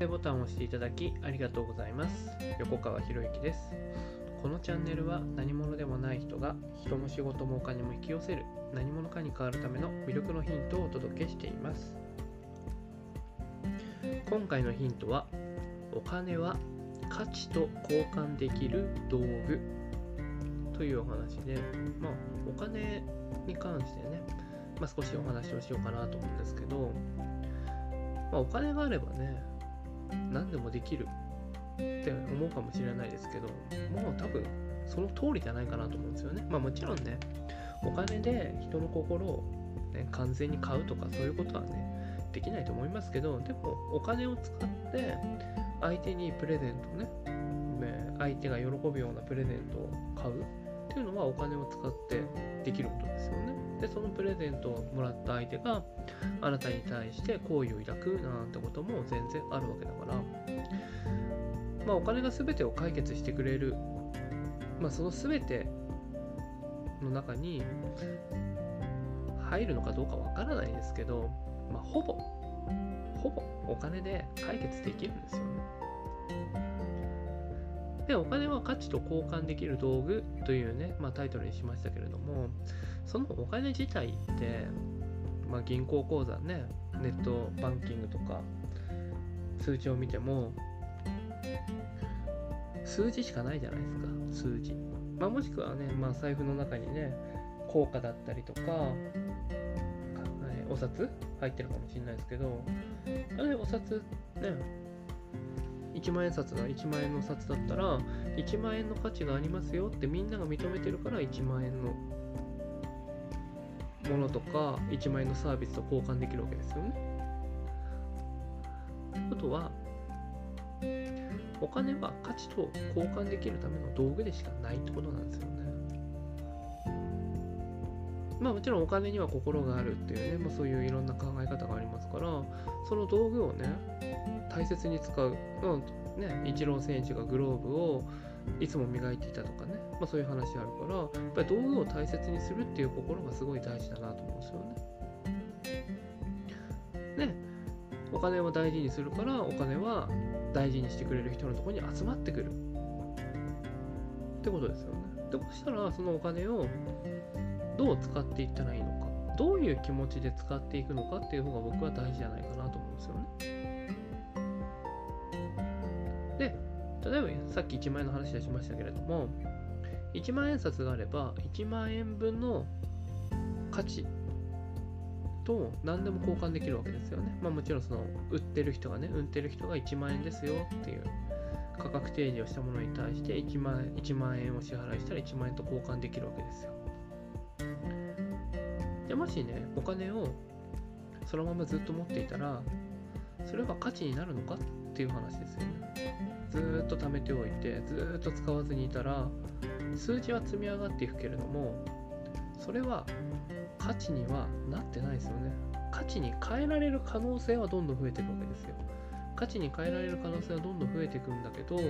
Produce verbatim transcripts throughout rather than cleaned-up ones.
定ボタンを押していただきありがとうございます。横川博之です。このチャンネルは何者でもない人が人も仕事もお金も引き寄せる何者かに変わるための魅力のヒントをお届けしています。今回のヒントは、お金は価値と交換できる道具というお話で、まあ、お金に関してね、まあ、少しお話をしようかなと思うんですけど、まあ、お金があればね、何でもできるって思うかもしれないですけど、もう多分その通りじゃないかなと思うんですよね。まあもちろんね、お金で人の心を、ね、完全に買うとかそういうことはね、できないと思いますけど、でもお金を使って相手にプレゼントね、相手が喜ぶようなプレゼントを買うっていうのはお金を使ってできることですよね。で、そのプレゼントをもらった相手があなたに対して好意を抱くなんてことも全然あるわけだから、まあお金が全てを解決してくれる、まあその全ての中に入るのかどうかわからないですけど、まあほぼほぼお金で解決できるんですよね。で、お金は価値と交換できる道具というね、まあ、タイトルにしましたけれども、そのお金自体って、まあ、銀行口座ね、ネットバンキングとか数値を見ても数字しかないじゃないですか、数字。まあ、もしくはね、まあ、財布の中にね、硬貨だったりとか、お札入ってるかもしれないですけど、あれお札ね、いちまんえん札がいちまんえんの札だったらいちまんえんの価値がありますよってみんなが認めてるから、いちまんえんのものとかいちまんえんのサービスと交換できるわけですよね。ということは、お金は価値と交換できるための道具でしかないってことなんですよね。まあもちろんお金には心があるっていうね、まあ、そういういろんな考え方がありますから、その道具をね大切に使う、うんね、イチロー選手がグローブをいつも磨いていたとかね、まあ、そういう話あるから、やっぱり道具を大切にするっていう心がすごい大事だなと思うんですよね。ね、お金を大事にするから、お金は大事にしてくれる人のところに集まってくるってことですよね。で、こうしたらそのお金をどう使っていったらいいのか、どういう気持ちで使っていくのかっていう方が僕は大事じゃないかなと思うんですよね。で、例えばさっきいちまんえんの話出しましたけれども、いちまんえん札があればいちまんえんぶんの価値と何でも交換できるわけですよね。まあもちろんその売ってる人がね、売ってる人がいちまんえんですよっていう価格提示をしたものに対していちまんえん、いちまんえんを支払いしたらいちまんえんと交換できるわけですよ。で、もしね、お金をそのままずっと持っていたら、それが価値になるのかっていう話ですよね。ずーっと貯めておいて、ずーっと使わずにいたら、数字は積み上がっていくけれども、それは価値にはなってないですよね。価値に変えられる可能性はどんどん増えていくわけですよ。価値に変えられる可能性はどんどん増えていくんだけど、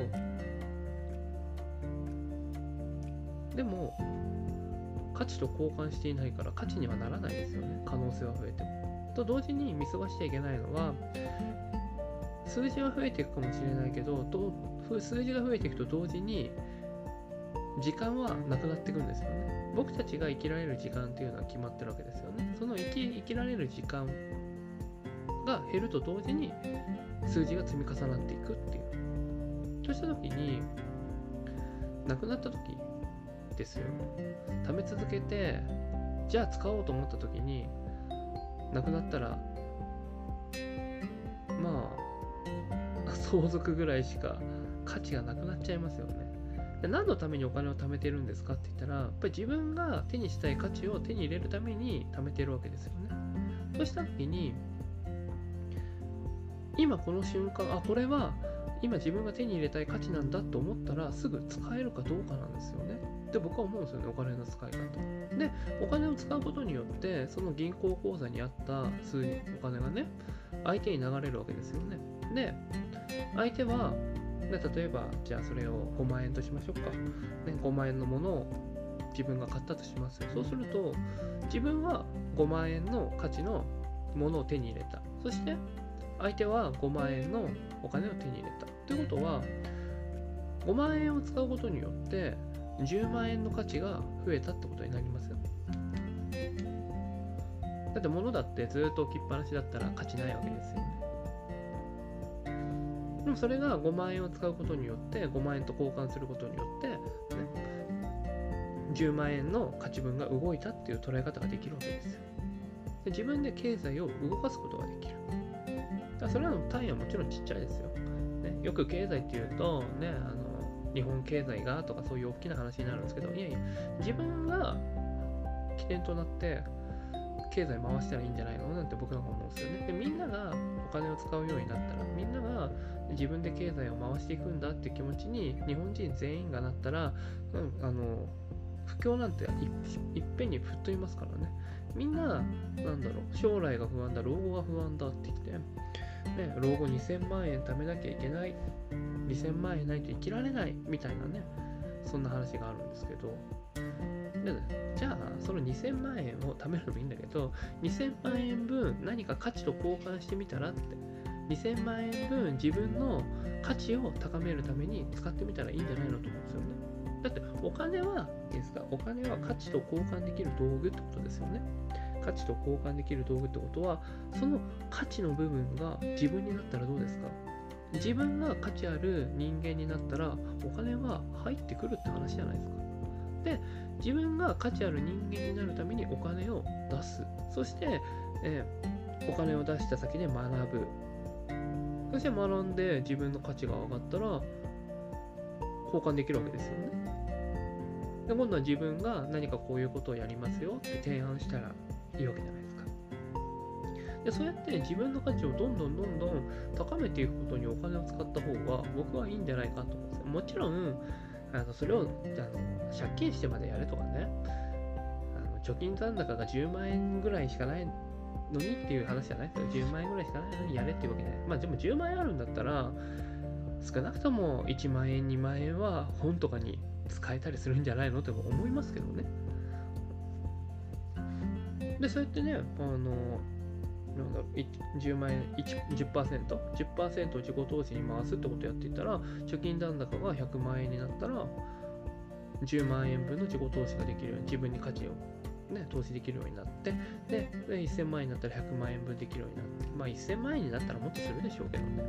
でも価値と交換していないから価値にはならないですよね。可能性は増えても。と同時に見過ごしちゃいけないのは、数字は増えていくかもしれないけど、数字が増えていくと同時に時間はなくなっていくんですよね。僕たちが生きられる時間っていうのは決まってるわけですよね。その生き、生きられる時間が減ると同時に数字が積み重なっていくっていう。そうした時に、なくなった時ですよ。貯め続けて、じゃあ使おうと思った時に、なくなったら、まあ、相続ぐらいしか価値がなくなっちゃいますよね。で、何のためにお金を貯めてるんですかって言ったら、やっぱり自分が手にしたい価値を手に入れるために貯めてるわけですよね。そうした時に、今この瞬間、あ、これは今自分が手に入れたい価値なんだと思ったらすぐ使えるかどうかなんですよね。で、僕は思うんですよね、お金の使い方。で、お金を使うことによって、その銀行口座にあった数お金がね、相手に流れるわけですよね。で、相手は、で例えば、じゃあそれをごまんえんとしましょうか。ね、ごまんえんのものを自分が買ったとしますよ。そうすると、自分はごまんえんの価値のものを手に入れた。そして、 相手はごまん円のお金を手に入れたということは、ごまん円を使うことによってじゅうまん円の価値が増えたってことになりますよ。だって物だってずっと置きっぱなしだったら価値ないわけですよね。でもそれがごまん円を使うことによってごまん円と交換することによって、ね、じゅうまん円の価値分が動いたっていう捉え方ができるわけですよ。で自分で経済を動かすことができる。だからそれらの単位はもちろんちっちゃいですよ。ね、よく経済っていうと、ね、あの日本経済がとかそういう大きな話になるんですけど、いやいや、自分が起点となって経済回したらいいんじゃないのなんて僕なんか思うんですよね。でみんながお金を使うようになったら、みんなが自分で経済を回していくんだっていう気持ちに日本人全員がなったら、うん、あの不況なんていっぺんに吹っ飛びますからね。みんな、なんだろう、将来が不安だ、老後が不安だって言って、ね、老後にせんまん円貯めなきゃいけない、にせんまん円ないと生きられないみたいなね、そんな話があるんですけど、でじゃあそのにせんまん円を貯めるのもいいんだけど、にせんまん円分何か価値と交換してみたらって、にせんまん円分自分の価値を高めるために使ってみたらいいんじゃないのと思うんですよね。だってお金はいいですか、お金は価値と交換できる道具ってことですよね。価値と交換できる道具ってことは、その価値の部分が自分になったらどうですか。自分が価値ある人間になったらお金は入ってくるって話じゃないですか。で、自分が価値ある人間になるためにお金を出す。そして、えー、お金を出した先で学ぶ。そして学んで自分の価値が上がったら交換できるわけですよね。で、今度は自分が何かこういうことをやりますよって提案したらいいわけじゃないですか。で、そうやって自分の価値をどんどんどんどん高めていくことにお金を使った方が僕はいいんじゃないかと思うんですよ。もちろんあのそれをあの借金してまでやれとかね、あの貯金残高がじゅうまん円ぐらいしかないのにっていう話じゃないですよ。じゅうまん円ぐらいしかないのにやれっていうわけで、まあでもじゅうまん円あるんだったら少なくともいちまん円にまん円は本とかに使えたりするんじゃないのって思いますけどね。で、そうやってね、あのなんだろう、じゅうまん円 じゅっパーセント、じゅっパーセント を自己投資に回すってことをやっていったら、貯金残高がひゃくまん円になったらじゅうまん円分の自己投資ができるように、自分に価値を、ね、投資できるようになって、で、でせんまん円になったらひゃくまん円分できるようになって、まあせんまん円になったらもっとするでしょうけどね。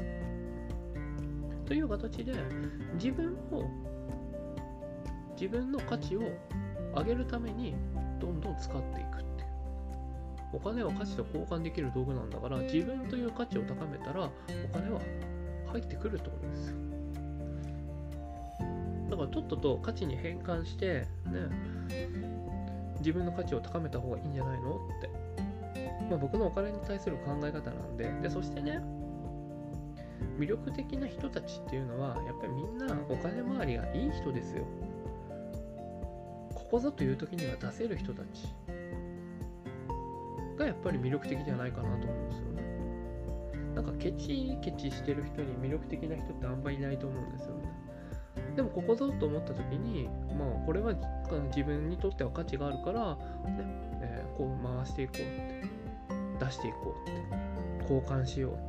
という形で自分を自分の価値を上げるためにどんどん使っていくっていう。お金は価値と交換できる道具なんだから、自分という価値を高めたらお金は入ってくるってことですよ。だからとっとと価値に変換してね、自分の価値を高めた方がいいんじゃないのって、まあ、僕のお金に対する考え方なんで、でそしてね、魅力的な人たちっていうのはやっぱりみんなお金回りがいい人ですよ。ここぞという時には出せる人たちがやっぱり魅力的じゃないかなと思うんですよね。なんかケチケチしてる人に魅力的な人ってあんまりいないと思うんですよね。でもここぞと思った時に、まあこれは自分にとっては価値があるから、ねえー、こう回していこうって、出していこうって、交換しようって。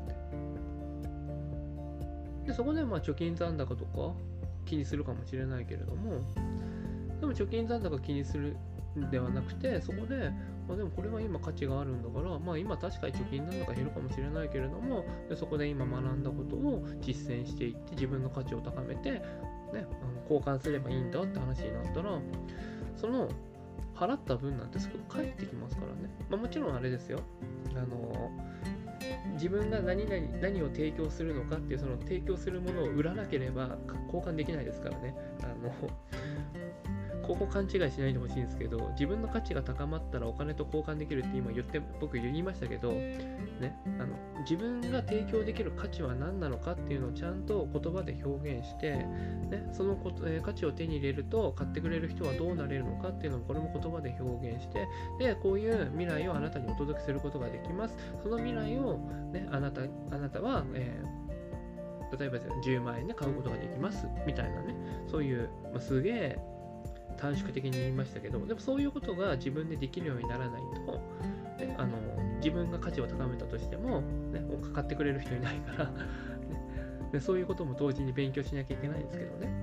でそこでまあ貯金残高とか気にするかもしれないけれども、でも貯金残高気にするんではなくて、そこで、まあ、でもこれは今価値があるんだから、まあ今確かに貯金残高減るかもしれないけれども、でそこで今学んだことを実践していって自分の価値を高めて、ね、あの交換すればいいんだって話になったら、その払った分なんてすぐ返ってきますからね。まあもちろんあれですよ。あの自分が何々何を提供するのかっていう、その提供するものを売らなければ交換できないですからね。あのここ勘違いしないでほしいんですけど、自分の価値が高まったらお金と交換できるって今言って僕言いましたけど、ね、あの自分が提供できる価値は何なのかっていうのをちゃんと言葉で表現して、ね、そのこと、えー、価値を手に入れると買ってくれる人はどうなれるのかっていうのをこれも言葉で表現して、でこういう未来をあなたにお届けすることができます。その未来を、ね、あなたあなたは、えー、例えばじゅうまん円で買うことができますみたいなね、そういう、まあ、すげえ短縮的に言いましたけど、でもそういうことが自分でできるようにならないと、ね、あの自自分が価値を高めたとしても、ね、買ってくれる人いないから、ね、でそういうことも同時に勉強しなきゃいけないんですけどね。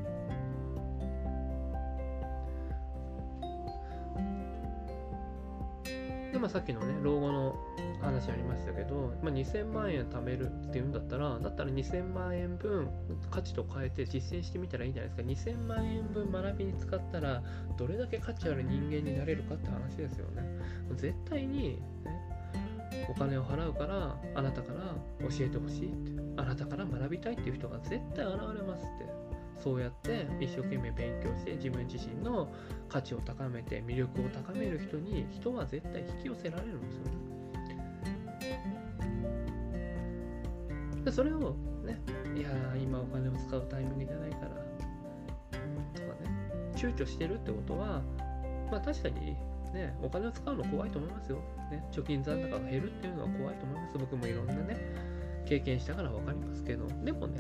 でまあ、さっきのね老後の話ありましたけど、まあ、にせんまんえん貯めるっていうんだったらだったらにせんまんえんぶん価値と変えて実践してみたらいいんじゃないですか。にせんまんえんぶん学びに使ったらどれだけ価値ある人間になれるかって話ですよね。絶対に、ね、お金を払うからあなたから教えてほしいって、あなたから学びたいっていう人が絶対現れますって。そうやって一生懸命勉強して自分自身の価値を高めて魅力を高める人に人は絶対引き寄せられるんですよね。でそれをね、いやー今お金を使うタイミングじゃないからとかね、躊躇してるってことは、まあ確かにね、お金を使うの怖いと思いますよ。ね、貯金残高が減るっていうのは怖いと思います。僕もいろんなね、経験したから分かりますけど、でもね、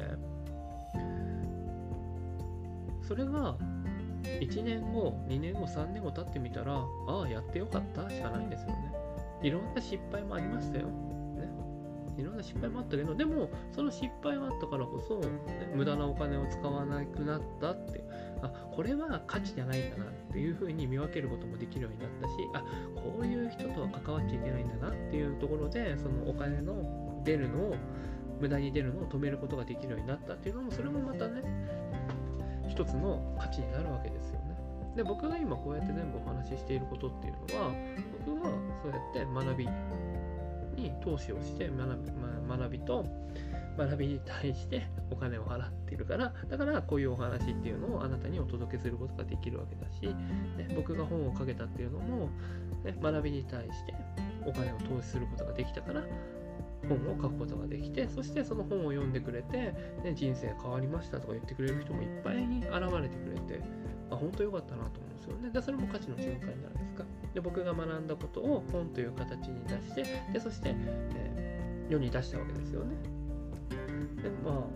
それがいちねんご、にねんご、さんねんご経ってみたら、ああ、やってよかったしかないんですよね。いろんな失敗もありましたよ。ね、いろんな失敗もあったけど、でも、その失敗があったからこそ、ね、無駄なお金を使わなくなったって、あ、これは価値じゃないんだなっていうふうに見分けることもできるようになったし、あ、こういう人とは関わっちゃいけないんだなっていうところで、そのお金の出るのを、無駄に出るのを止めることができるようになったっていうのも、それもまたね、一つの価値になるわけですよね。で、僕が今こうやって全部お話ししていることっていうのは、僕はそうやって学びに投資をして学び、まあ、学びと学びに対してお金を払っているから、だからこういうお話っていうのをあなたにお届けすることができるわけだし、ね、僕が本を書けたっていうのも、ね、学びに対してお金を投資することができたから本を書くことができて、そしてその本を読んでくれて、ね、人生変わりましたとか言ってくれる人もいっぱいに現れてくれて、あ、本当良かったなと思うんですよね。で、それも価値の循環じゃないですか。で、僕が学んだことを本という形に出して、で、そして、えー、世に出したわけですよね。で、まあ、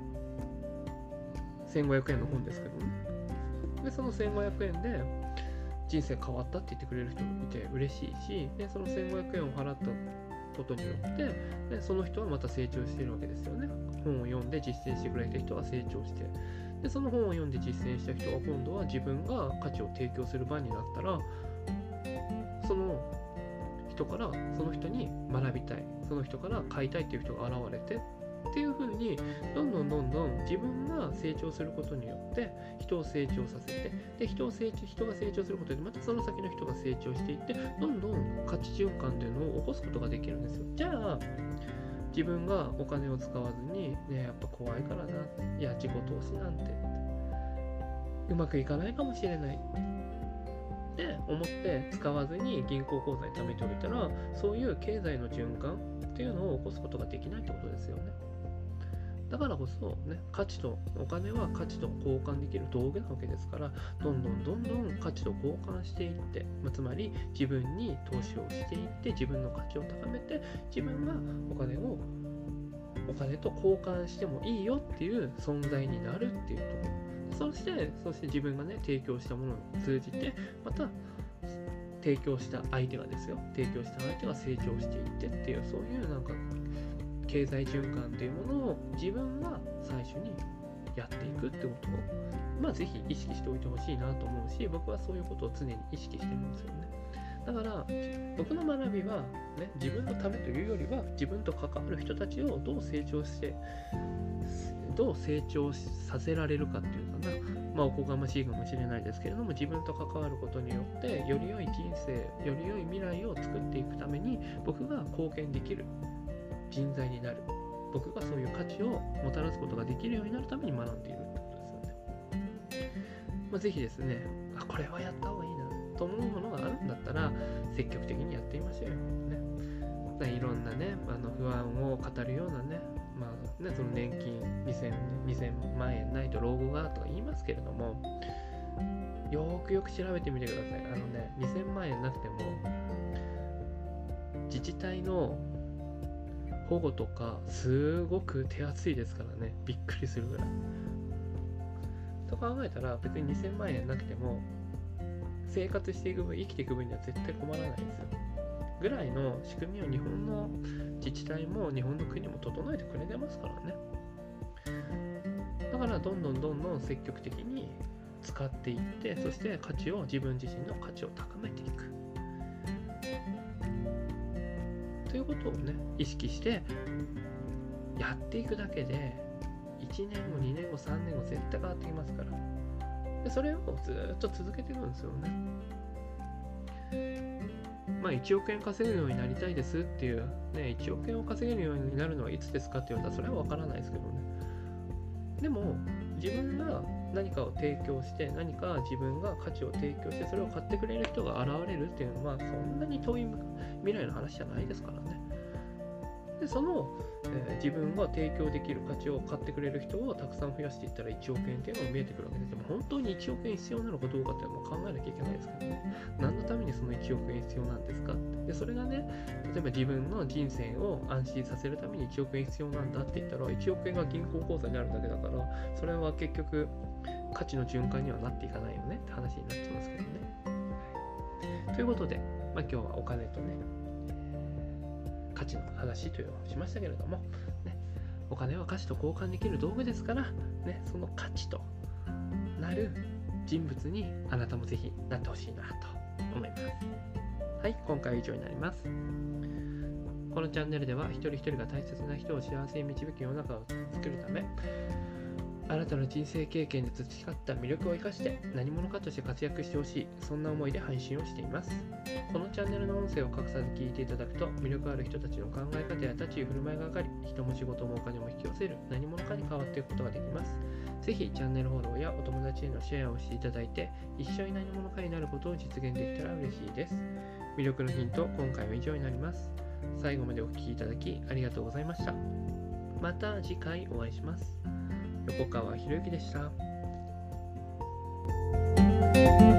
せんごひゃくえんの本ですけどね。で、そのせんごひゃくえんで人生変わったって言ってくれる人もいて嬉しいし、で、そのせんごひゃくえんを払ったことによってでその人はまた成長しているわけですよね。本を読んで実践してくれた人は成長して、でその本を読んで実践した人は今度は自分が価値を提供する場になったら、その人からその人に学びたい、その人から買いたいっていう人が現れてっていう風にどんどんどんどん自分が成長することによって人を成長させて、で人を成長人が成長することでまたその先の人が成長していって、どんどん価値循環というのを起こすことができるんですよ。じゃあ自分がお金を使わずにね、やっぱ怖いからな、いや自己投資なんてうまくいかないかもしれないって思って使わずに銀行口座に貯めておいたら、そういう経済の循環っていうのを起こすことができないってことですよね。だからこそね、価値とお金は価値と交換できる道具なわけですから、どんどんどんどん価値と交換していって、まあ、つまり自分に投資をしていって自分の価値を高めて、自分がお金をお金と交換してもいいよっていう存在になるっていうところ、そしてそして自分がね提供したものを通じてまた提供した相手がですよ提供した相手が成長していってっていう、そういうなんか経済循環っていうものを自分が最初にやっていくってことを、まあぜひ意識しておいてほしいなと思うし、僕はそういうことを常に意識してるんですよね。だから僕の学びは、ね、自分のためというよりは自分と関わる人たちをどう成長してどう成長させられるかっていうかな、まあおこがましいかもしれないですけれども、自分と関わることによってより良い人生、より良い未来を作っていくために僕が貢献できる人材になる、僕がそういう価値をもたらすことができるようになるために学んでいるってことですよね。まあ、ぜひですね、あ、これはやった方がいいなと思うものがあるんだったら積極的にやってみましょうよ、ね。だいろんなね、あの不安を語るようなね、まあね、その年金にせんまんえんないと老後がとか言いますけれども、よーくよく調べてみてください。あのね、にせんまんえんなくても自治体の保護とかすごく手厚いですからね、びっくりするぐらい。と考えたら別ににせんまんえんなくても生活していく分、生きていく分には絶対困らないですよぐぐらいの仕組みを日本の自治体も日本の国も整えてくれてますからね。だからどんどんどんどん積極的に使っていって、そして価値を自分自身の価値を高めていくということをね意識してやっていくだけでいちねんごにねんごさんねんご絶対変わってきますから。でそれをずっと続けていくんですよね。まあいちおくえん稼げるようになりたいですっていうね、いちおくえんを稼げるようになるのはいつですかって言われたらそれは分からないですけどね。でも自分が何かを提供して、何か自分が価値を提供して、それを買ってくれる人が現れるっていうのはそんなに遠い未来の話じゃないですからね。でその、えー、自分が提供できる価値を買ってくれる人をたくさん増やしていったらいちおくえんっていうのが見えてくるわけです。でも本当にいちおくえん必要なのかどうかっていうのも考えなきゃいけないですけどね。何のためにそのいちおくえん必要なんですかって。でそれがね、例えば自分の人生を安心させるためにいちおくえん必要なんだって言ったらいちおくえんが銀行口座にあるだけだから、それは結局価値の循環にはなっていかないよねって話になっちゃいますけどね。ということで、まあ、今日はお金とね価値の話というのをしましたけれども、ね、お金は価値と交換できる道具ですから、ね、その価値となる人物にあなたもぜひなってほしいなと思います。はい、今回は以上になります。このチャンネルでは一人一人が大切な人を幸せに導く世の中を作るため、あなたの人生経験で培った魅力を生かして何者かとして活躍してほしい、そんな思いで配信をしています。このチャンネルの音声を隠さず聞いていただくと、魅力ある人たちの考え方や立ち居振る舞いが上がり、人も仕事もお金も引き寄せる何者かに変わっていくことができます。ぜひチャンネルフォローやお友達へのシェアをしていただいて、一緒に何者かになることを実現できたら嬉しいです。魅力のヒント、今回は以上になります。最後までお聞きいただきありがとうございました。また次回お会いします。横川博之でした。